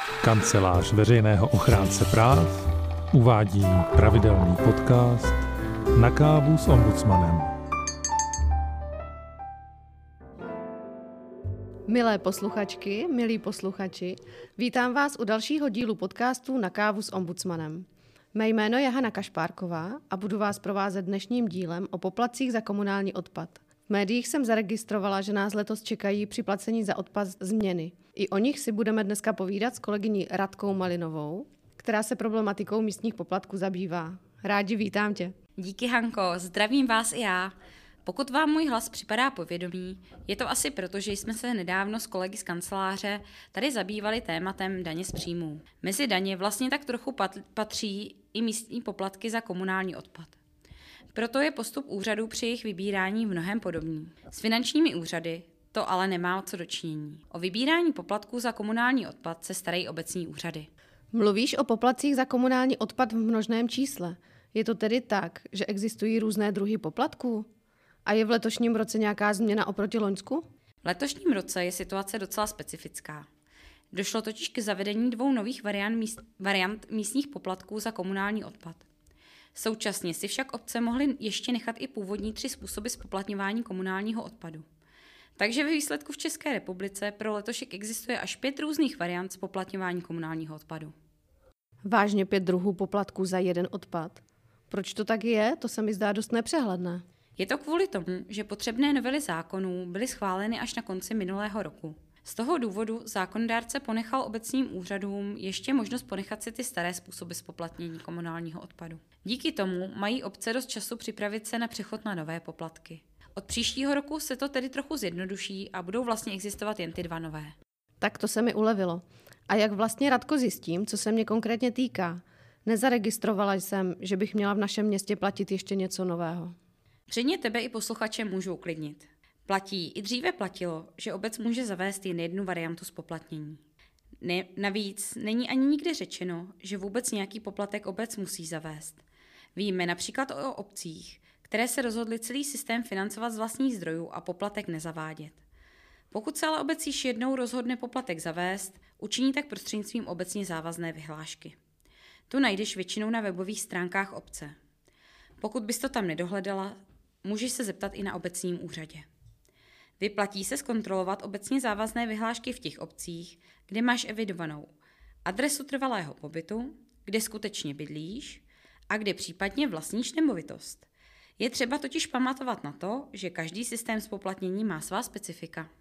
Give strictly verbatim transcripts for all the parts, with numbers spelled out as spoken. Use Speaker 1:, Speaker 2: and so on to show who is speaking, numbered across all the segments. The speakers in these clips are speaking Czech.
Speaker 1: Kancelář veřejného ochránce práv uvádí pravidelný podcast Na kávu s ombudsmanem.
Speaker 2: Milé posluchačky, milí posluchači, vítám vás u dalšího dílu podcastu Na kávu s ombudsmanem. Mé jméno je Hana Kašpárková a budu vás provázet dnešním dílem o poplatcích za komunální odpad. V médiích jsem zaregistrovala, že nás letos čekají při placení za odpad změny. I o nich si budeme dneska povídat s kolegyní Radkou Malinovou, která se problematikou místních poplatků zabývá. Rádi vítám tě.
Speaker 3: Díky, Hanko, zdravím vás i já. Pokud vám můj hlas připadá povědomý, je to asi proto, že jsme se nedávno s kolegy z kanceláře tady zabývali tématem daně z příjmů. Mezi daně vlastně tak trochu patří i místní poplatky za komunální odpad. Proto je postup úřadů při jejich vybírání mnohem podobný. S finančními úřady to ale nemá co dočinění. O vybírání poplatků za komunální odpad se starají obecní úřady.
Speaker 2: Mluvíš o poplatcích za komunální odpad v množném čísle. Je to tedy tak, že existují různé druhy poplatků? A je v letošním roce nějaká změna oproti loňsku?
Speaker 3: V letošním roce je situace docela specifická. Došlo totiž k zavedení dvou nových variant, míst, variant místních poplatků za komunální odpad. Současně si však obce mohly ještě nechat i původní tři způsoby zpoplatňování komunálního odpadu. Takže ve výsledku v České republice pro letošek existuje až pět různých variant zpoplatňování komunálního odpadu.
Speaker 2: Vážně pět druhů poplatků za jeden odpad? Proč to tak je? To se mi zdá dost nepřehledné.
Speaker 3: Je to kvůli tomu, že potřebné novely zákonů byly schváleny až na konci minulého roku. Z toho důvodu zákonodárce ponechal obecním úřadům ještě možnost ponechat si ty staré způsoby zpoplatnění komunálního odpadu. Díky tomu mají obce dost času připravit se na přechod na nové poplatky. Od příštího roku se to tedy trochu zjednoduší a budou vlastně existovat jen ty dva nové.
Speaker 2: Tak to se mi ulevilo. A jak vlastně, Radko, zjistím, co se mě konkrétně týká? Nezaregistrovala jsem, že bych měla v našem městě platit ještě něco nového.
Speaker 3: Předně tebe i posluchače můžu uklidnit. Platí, i dříve platilo, že obec může zavést jen jednu variantu zpoplatnění. Ne, navíc není ani nikde řečeno, že vůbec nějaký poplatek obec musí zavést. Víme například o obcích, které se rozhodly celý systém financovat z vlastních zdrojů a poplatek nezavádět. Pokud se ale obec již jednou rozhodne poplatek zavést, učiní tak prostřednictvím obecně závazné vyhlášky. Tu najdeš většinou na webových stránkách obce. Pokud bys to tam nedohledala, můžeš se zeptat i na obecním úřadě. Vyplatí se zkontrolovat obecně závazné vyhlášky v těch obcích, kde máš evidovanou adresu trvalého pobytu, kde skutečně bydlíš a kde případně vlastníš nemovitost. Je třeba totiž pamatovat na to, že každý systém zpoplatnění má svá specifika.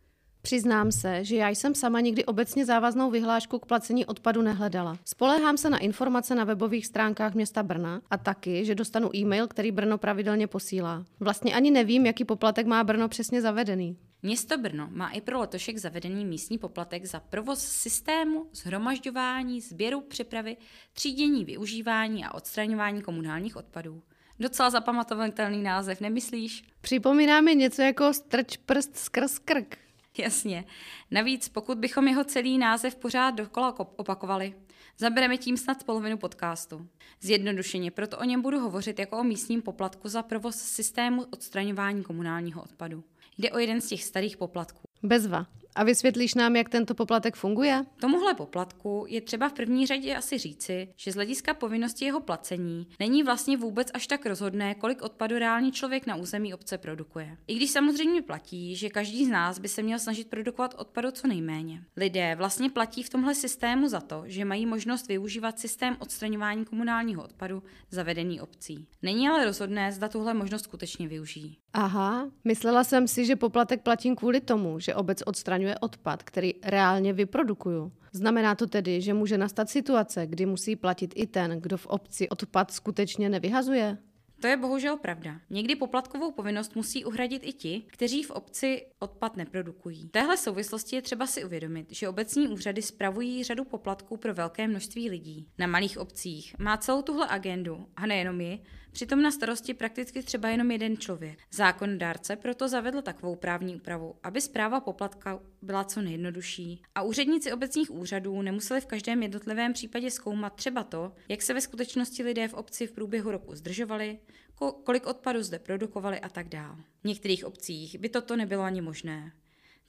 Speaker 2: Přiznám se, že já jsem sama nikdy obecně závaznou vyhlášku k placení odpadu nehledala. Spoléhám se na informace na webových stránkách města Brna a taky, že dostanu e-mail, který Brno pravidelně posílá. Vlastně ani nevím, jaký poplatek má Brno přesně zavedený.
Speaker 3: Město Brno má i pro letošek zavedený místní poplatek za provoz systému, shromažďování, sběru, přepravy, třídění, využívání a odstraňování komunálních odpadů. Docela zapamatovatelný název, nemyslíš?
Speaker 2: Připomíná mi něco jako strč prst skrz krk.
Speaker 3: Jasně. Navíc, pokud bychom jeho celý název pořád dokola opakovali, zabereme tím snad polovinu podcastu. Zjednodušeně, proto o něm budu hovořit jako o místním poplatku za provoz systému odstraňování komunálního odpadu. Jde o jeden z těch starých poplatků.
Speaker 2: Bezva. A vysvětlíš nám, jak tento poplatek funguje?
Speaker 3: Tomuhle poplatku je třeba v první řadě asi říci, že z hlediska povinnosti jeho placení není vlastně vůbec až tak rozhodné, kolik odpadu reálně člověk na území obce produkuje. I když samozřejmě platí, že každý z nás by se měl snažit produkovat odpadu co nejméně. Lidé vlastně platí v tomhle systému za to, že mají možnost využívat systém odstraňování komunálního odpadu zavedený obcí. Není ale rozhodné, zda tuhle možnost skutečně využijí.
Speaker 2: Aha, myslela jsem si, že poplatek platím kvůli tomu, že obec odstraňuje odpad, který reálně vyprodukuju. Znamená to tedy, že může nastat situace, kdy musí platit i ten, kdo v obci odpad skutečně nevyhazuje?
Speaker 3: To je bohužel pravda. Někdy poplatkovou povinnost musí uhradit i ti, kteří v obci odpad neprodukují. V téhle souvislosti je třeba si uvědomit, že obecní úřady spravují řadu poplatků pro velké množství lidí. Na malých obcích má celou tuhle agendu, a nejenom ji, přitom na starosti prakticky třeba jenom jeden člověk. Zákonodárce proto zavedl takovou právní úpravu, aby správa poplatka byla co nejjednodušší a úředníci obecních úřadů nemuseli v každém jednotlivém případě zkoumat třeba to, jak se ve skutečnosti lidé v obci v průběhu roku zdržovali, kolik odpadu zde produkovali a tak dál. V některých obcích by toto nebylo ani možné.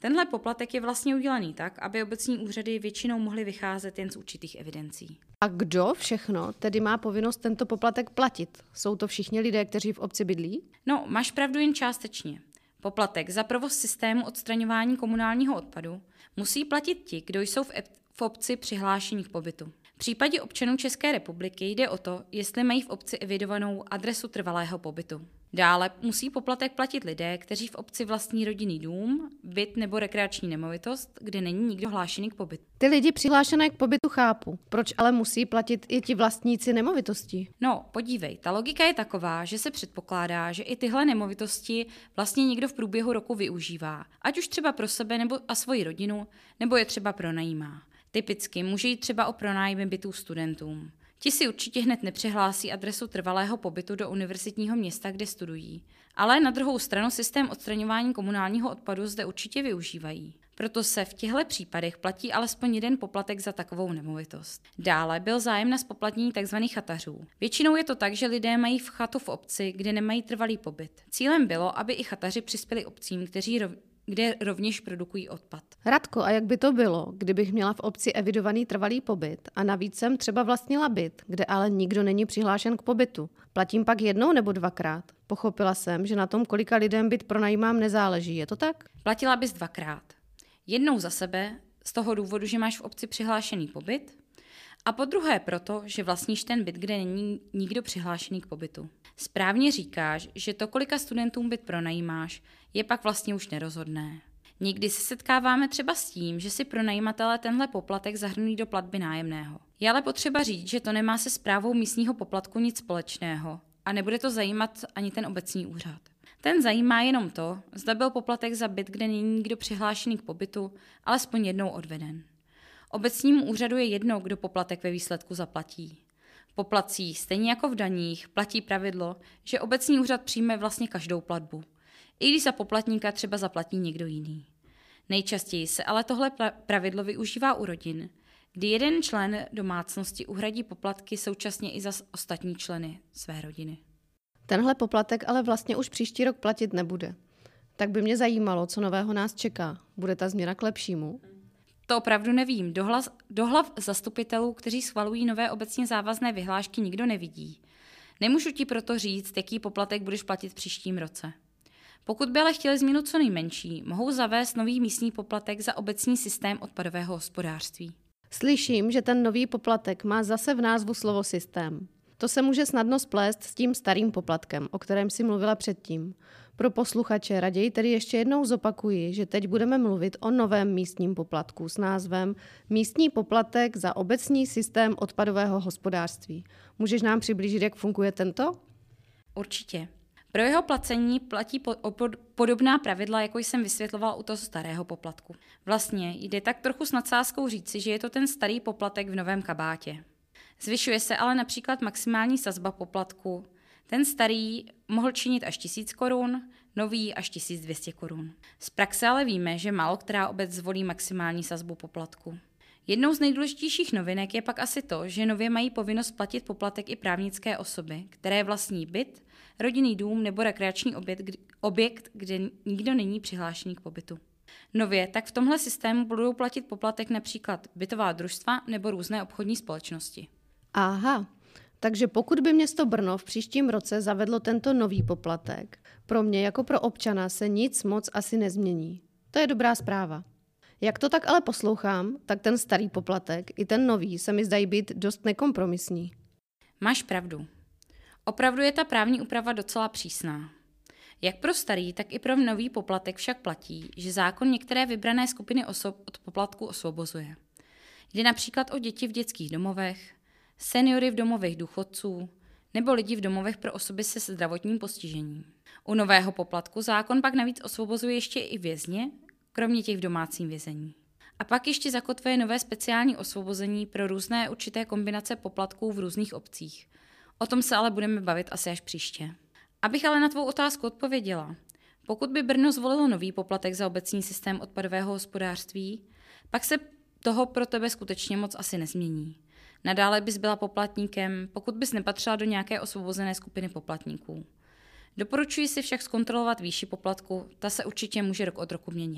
Speaker 3: Tenhle poplatek je vlastně udělaný tak, aby obecní úřady většinou mohly vycházet jen z určitých evidencí.
Speaker 2: A kdo všechno tedy má povinnost tento poplatek platit? Jsou to všichni lidé, kteří v obci bydlí?
Speaker 3: No, máš pravdu jen částečně. Poplatek za provoz systému odstraňování komunálního odpadu musí platit ti, kdo jsou v, e- v obci přihlášení k pobytu. V případě občanů České republiky jde o to, jestli mají v obci evidovanou adresu trvalého pobytu. Dále musí poplatek platit lidé, kteří v obci vlastní rodinný dům, byt nebo rekreační nemovitost, kde není nikdo hlášený k pobytu.
Speaker 2: Ty lidi přihlášené k pobytu chápu. Proč ale musí platit i ti vlastníci nemovitostí?
Speaker 3: No, podívej, ta logika je taková, že se předpokládá, že i tyhle nemovitosti vlastně někdo v průběhu roku využívá. Ať už třeba pro sebe nebo a svoji rodinu, nebo je třeba pronajímá. Typicky může jít třeba o pronájmy bytů studentům. Ti si určitě hned nepřihlásí adresu trvalého pobytu do univerzitního města, kde studují. Ale na druhou stranu systém odstraňování komunálního odpadu zde určitě využívají. Proto se v těchto případech platí alespoň jeden poplatek za takovou nemovitost. Dále byl zájem na zpoplatnění tzv. Chatařů. Většinou je to tak, že lidé mají v chatu v obci, kde nemají trvalý pobyt. Cílem bylo, aby i chataři přispěli obcím, kteří rov... kde rovněž produkují odpad.
Speaker 2: Radko, a jak by to bylo, kdybych měla v obci evidovaný trvalý pobyt a navíc jsem třeba vlastnila byt, kde ale nikdo není přihlášen k pobytu? Platím pak jednou nebo dvakrát? Pochopila jsem, že na tom, kolika lidem byt pronajímám, nezáleží. Je to tak?
Speaker 3: Platila bys dvakrát. Jednou za sebe, z toho důvodu, že máš v obci přihlášený pobyt, a po druhé proto, že vlastníš ten byt, kde není nikdo přihlášený k pobytu. Správně říkáš, že to, kolika studentům byt pronajímáš, je pak vlastně už nerozhodné. Někdy se setkáváme třeba s tím, že si pronajímatelé tenhle poplatek zahrnují do platby nájemného. Je ale potřeba říct, že to nemá se správou místního poplatku nic společného a nebude to zajímat ani ten obecní úřad. Ten zajímá jenom to, zda byl poplatek za byt, kde není nikdo přihlášený k pobytu, alespoň jednou odveden. Obecnímu úřadu je jedno, kdo poplatek ve výsledku zaplatí. V poplatcích, stejně jako v daních, platí pravidlo, že obecní úřad přijme vlastně každou platbu, i když za poplatníka třeba zaplatí někdo jiný. Nejčastěji se ale tohle pravidlo využívá u rodin, kdy jeden člen domácnosti uhradí poplatky současně i za ostatní členy své rodiny.
Speaker 2: Tenhle poplatek ale vlastně už příští rok platit nebude. Tak by mě zajímalo, co nového nás čeká. Bude ta změna k lepšímu?
Speaker 3: To opravdu nevím. Do, hlas, do hlav zastupitelů, kteří schvalují nové obecně závazné vyhlášky, nikdo nevidí. Nemůžu ti proto říct, jaký poplatek budeš platit v příštím roce. Pokud by ale chtěli změnu co nejmenší, mohou zavést nový místní poplatek za obecní systém odpadového hospodářství.
Speaker 2: Slyším, že ten nový poplatek má zase v názvu slovo systém. To se může snadno splést s tím starým poplatkem, o kterém si mluvila předtím. Pro posluchače raději tedy ještě jednou zopakuji, že teď budeme mluvit o novém místním poplatku s názvem Místní poplatek za obecní systém odpadového hospodářství. Můžeš nám přiblížit, jak funguje tento?
Speaker 3: Určitě. Pro jeho placení platí po- podobná pravidla, jako jsem vysvětlovala u toho starého poplatku. Vlastně jde tak trochu s nadsázkou říci, že je to ten starý poplatek v novém kabátě. Zvyšuje se ale například maximální sazba poplatku. Ten starý mohl činit až tisíc korun, nový až tisíc dvě stě korun. Z praxe ale víme, že málo která obec zvolí maximální sazbu poplatku. Jednou z nejdůležitějších novinek je pak asi to, že nově mají povinnost platit poplatek i právnické osoby, které vlastní byt, rodinný dům nebo rekreační objekt, objekt, kde nikdo není přihlášený k pobytu. Nově tak v tomhle systému budou platit poplatek například bytová družstva nebo různé obchodní společnosti.
Speaker 2: Aha, takže pokud by město Brno v příštím roce zavedlo tento nový poplatek, pro mě jako pro občana se nic moc asi nezmění. To je dobrá zpráva. Jak to tak ale poslouchám, tak ten starý poplatek i ten nový se mi zdají být dost nekompromisní.
Speaker 3: Máš pravdu. Opravdu je ta právní úprava docela přísná. Jak pro starý, tak i pro nový poplatek však platí, že zákon některé vybrané skupiny osob od poplatku osvobozuje. Jde například o děti v dětských domovech, seniory v domovech důchodců nebo lidi v domovech pro osoby se zdravotním postižením. U nového poplatku zákon pak navíc osvobozuje ještě i vězně, kromě těch v domácím vězení. A pak ještě zakotvuje nové speciální osvobození pro různé určité kombinace poplatků v různých obcích. O tom se ale budeme bavit asi až příště. Abych ale na tvou otázku odpověděla, pokud by Brno zvolilo nový poplatek za obecní systém odpadového hospodářství, pak se toho pro tebe skutečně moc asi nezmění. Nadále bys byla poplatníkem, pokud bys nepatřila do nějaké osvobozené skupiny poplatníků. Doporučuji si však zkontrolovat výši poplatku, ta se určitě může rok od roku měnit.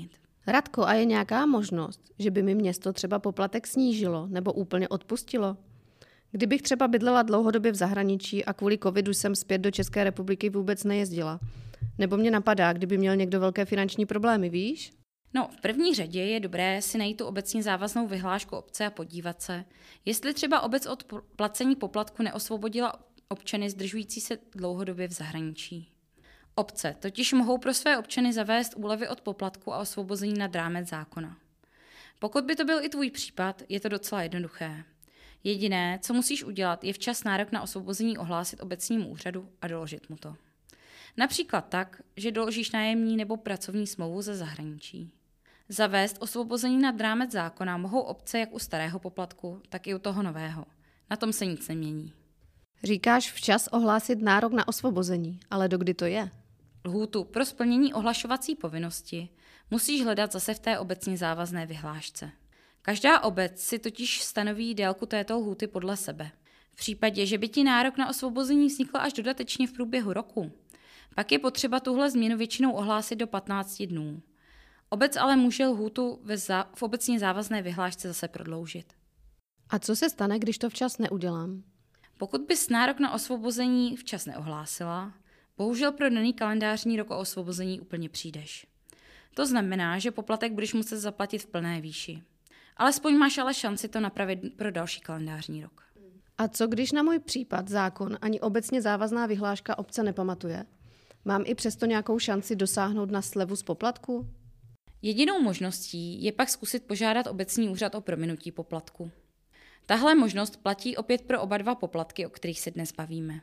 Speaker 2: Radko, a je nějaká možnost, že by mi město třeba poplatek snížilo nebo úplně odpustilo? Kdybych třeba bydlela dlouhodobě v zahraničí a kvůli covidu jsem zpět do České republiky vůbec nejezdila. Nebo mě napadá, kdyby měl někdo velké finanční problémy, víš?
Speaker 3: No, v první řadě je dobré si najít tu obecně závaznou vyhlášku obce a podívat se, jestli třeba obec od placení poplatku neosvobodila občany zdržující se dlouhodobě v zahraničí. Obce totiž mohou pro své občany zavést úlevy od poplatku a osvobození nad rámec zákona. Pokud by to byl i tvůj případ, je to docela jednoduché. Jediné, co musíš udělat, je včas nárok na osvobození ohlásit obecnímu úřadu a doložit mu to. Například tak, že doložíš nájemní nebo pracovní smlouvu ze zahraničí. Zavést osvobození nad rámec zákona mohou obce jak u starého poplatku, tak i u toho nového. Na tom se nic nemění.
Speaker 2: Říkáš včas ohlásit nárok na osvobození, ale dokdy to je?
Speaker 3: Lhůtu pro splnění ohlašovací povinnosti musíš hledat zase v té obecně závazné vyhlášce. Každá obec si totiž stanoví délku této lhůty podle sebe. V případě, že by ti nárok na osvobození vznikl až dodatečně v průběhu roku, pak je potřeba tuhle změnu většinou ohlásit do patnácti dnů. Obec ale může lhůtu v, zá- v obecně závazné vyhlášce zase prodloužit.
Speaker 2: A co se stane, když to včas neudělám?
Speaker 3: Pokud bys nárok na osvobození včas neohlásila, bohužel pro daný kalendářní rok o osvobození úplně přijdeš. To znamená, že poplatek budeš muset zaplatit v plné výši. Alespoň máš ale šanci to napravit pro další kalendářní rok.
Speaker 2: A co když na můj případ zákon ani obecně závazná vyhláška obce nepamatuje? Mám i přesto nějakou šanci dosáhnout na slevu z poplatku?
Speaker 3: Jedinou možností je pak zkusit požádat obecní úřad o prominutí poplatku. Tahle možnost platí opět pro oba dva poplatky, o kterých se dnes bavíme.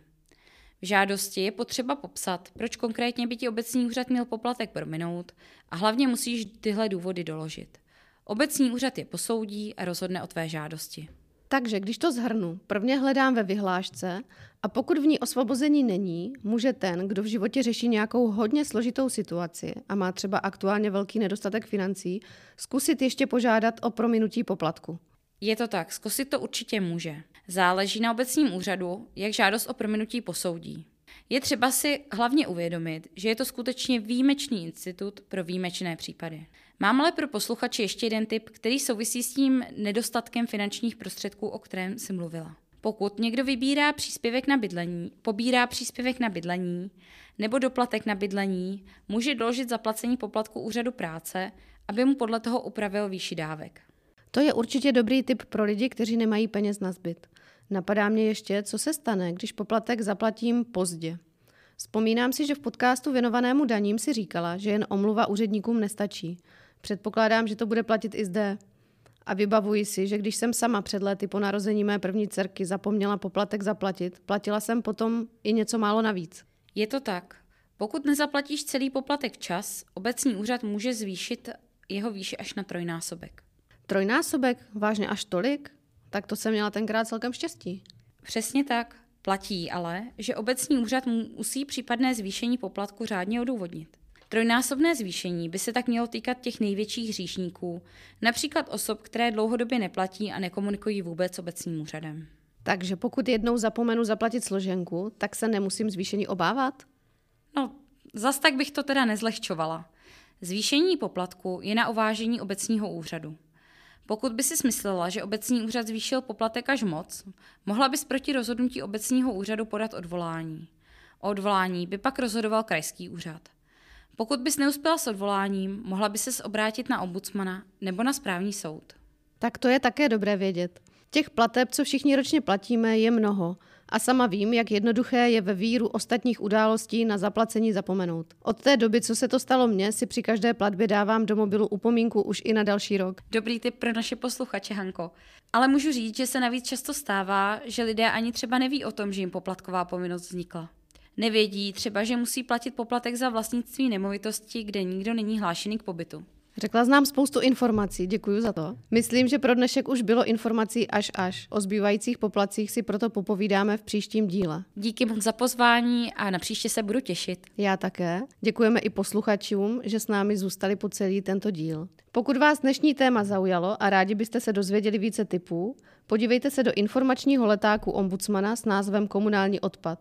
Speaker 3: V žádosti je potřeba popsat, proč konkrétně by ti obecní úřad měl poplatek prominout a hlavně musíš tyhle důvody doložit. Obecní úřad je posoudí a rozhodne o tvé žádosti.
Speaker 2: Takže když to shrnu, prvně hledám ve vyhlášce a pokud v ní osvobození není, může ten, kdo v životě řeší nějakou hodně složitou situaci a má třeba aktuálně velký nedostatek financí, zkusit ještě požádat o prominutí poplatku.
Speaker 3: Je to tak, zkusit to určitě může. Záleží na obecním úřadu, jak žádost o prominutí posoudí. Je třeba si hlavně uvědomit, že je to skutečně výjimečný institut pro výjimečné případy. Mám ale pro posluchače ještě jeden tip, který souvisí s tím nedostatkem finančních prostředků, o kterém jsem mluvila. Pokud někdo vybírá příspěvek na bydlení, pobírá příspěvek na bydlení nebo doplatek na bydlení, může doložit zaplacení poplatku úřadu práce, aby mu podle toho upravil výši dávek.
Speaker 2: To je určitě dobrý tip pro lidi, kteří nemají peněz na zbyt. Napadá mě ještě, co se stane, když poplatek zaplatím pozdě. Vzpomínám si, že v podcastu věnovanému daním si říkala, že jen omluva úředníkům nestačí. Předpokládám, že to bude platit i zde. A vybavuji si, že když jsem sama před lety po narození mé první dcerky zapomněla poplatek zaplatit, platila jsem potom i něco málo navíc.
Speaker 3: Je to tak. Pokud nezaplatíš celý poplatek včas, obecní úřad může zvýšit jeho výši až na trojnásobek.
Speaker 2: Trojnásobek? Vážně až tolik? Tak to jsem měla tenkrát celkem štěstí.
Speaker 3: Přesně tak. Platí ale, že obecní úřad musí případné zvýšení poplatku řádně odůvodnit. Trojnásobné zvýšení by se tak mělo týkat těch největších hříšníků, například osob, které dlouhodobě neplatí a nekomunikují vůbec s obecním úřadem.
Speaker 2: Takže pokud jednou zapomenu zaplatit složenku, tak se nemusím zvýšení obávat?
Speaker 3: No, zas tak bych to teda nezlehčovala. Zvýšení poplatku je na uvážení obecního úřadu. Pokud by si smyslela, že obecní úřad zvýšil poplatek až moc, mohla bys proti rozhodnutí obecního úřadu podat odvolání. O odvolání by pak rozhodoval krajský úřad. Pokud bys neuspěla s odvoláním, mohla by ses obrátit na ombudsmana nebo na správní soud.
Speaker 2: Tak to je také dobré vědět. Těch plateb, co všichni ročně platíme, je mnoho. A sama vím, jak jednoduché je ve víru ostatních událostí na zaplacení zapomenout. Od té doby, co se to stalo mně, si při každé platbě dávám do mobilu upomínku už i na další rok.
Speaker 3: Dobrý tip pro naše posluchače, Hanko. Ale můžu říct, že se navíc často stává, že lidé ani třeba neví o tom, že jim poplatková povinnost vznikla. Nevědí třeba, že musí platit poplatek za vlastnictví nemovitosti, kde nikdo není hlášený k pobytu.
Speaker 2: Řekla znám spoustu informací, děkuji za to. Myslím, že pro dnešek už bylo informací až až. O zbývajících poplatcích si proto popovídáme v příštím díle.
Speaker 3: Díky moc za pozvání a na příště se budu těšit.
Speaker 2: Já také. Děkujeme i posluchačům, že s námi zůstali po celý tento díl. Pokud vás dnešní téma zaujalo a rádi byste se dozvěděli více tipů, podívejte se do informačního letáku ombudsmana s názvem Komunální odpad.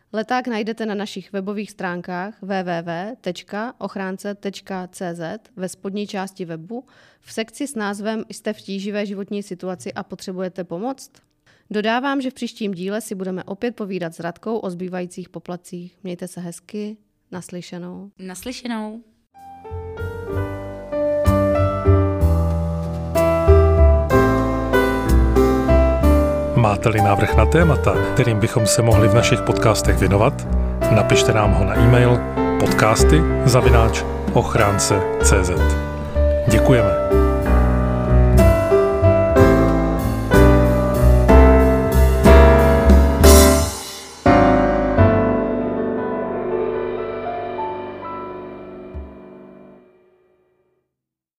Speaker 2: Leták najdete na našich webových stránkách w w w tečka ochránce tečka c z ve spodní části webu v sekci s názvem Jste v tíživé životní situaci a potřebujete pomoc? Dodávám, že v příštím díle si budeme opět povídat s Radkou o zbývajících poplatcích. Mějte se hezky, naslyšenou.
Speaker 3: Naslyšenou.
Speaker 1: Máte-li návrh na témata, kterým bychom se mohli v našich podcastech věnovat, napište nám ho na e-mail podcasty zavináč ochránce tečka cé zet. Děkujeme.